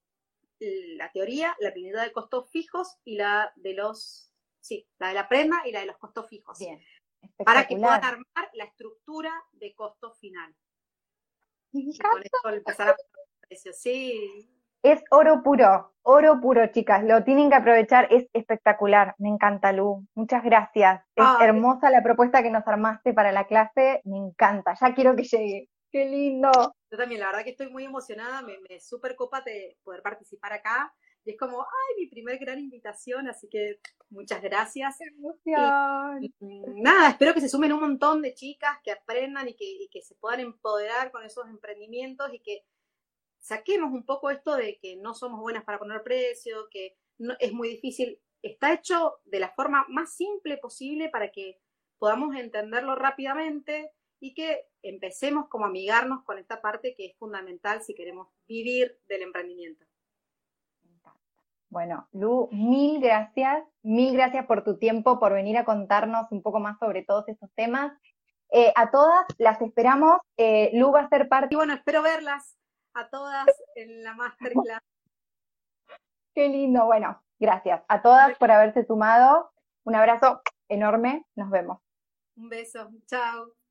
Speaker 2: la teoría, la planilla de costos fijos y la de los, sí, la de la prenda y la de los costos fijos,
Speaker 3: Bien.
Speaker 2: para que puedan
Speaker 3: Espectacular.
Speaker 2: armar la estructura de costo final.
Speaker 3: Me
Speaker 2: Y con
Speaker 3: encanta.
Speaker 2: esto empezar a poner precios. Sí.
Speaker 3: Es oro puro, oro puro, chicas. Lo tienen que aprovechar, es espectacular. Me encanta, Lu. Muchas gracias. Es
Speaker 2: Ay,
Speaker 3: hermosa la propuesta que nos armaste para la clase. Me encanta. Ya quiero que llegue. Qué lindo.
Speaker 2: yo también, la verdad que estoy muy emocionada, me, me súper copa de poder participar acá. Y es como, ay, mi primer gran invitación, así que muchas gracias.
Speaker 3: Qué
Speaker 2: Y
Speaker 3: emoción.
Speaker 2: mm, nada, espero que se sumen un montón de chicas que aprendan y que, y que se puedan empoderar con esos emprendimientos y que saquemos un poco esto de que no somos buenas para poner precio, que no, es muy difícil. Está hecho de la forma más simple posible para que podamos entenderlo rápidamente y que empecemos como a amigarnos con esta parte que es fundamental si queremos vivir del emprendimiento.
Speaker 3: Me encanta. Bueno, Lu, mil gracias. Mil gracias por tu tiempo, por venir a contarnos un poco más sobre todos estos temas. Eh, a todas las esperamos. Eh, Lu va a ser parte.
Speaker 2: Y bueno, espero verlas a todas en la masterclass.
Speaker 3: Qué lindo. Bueno, gracias a todas por haberse sumado. Un abrazo enorme. Nos vemos.
Speaker 2: Un beso. Chao.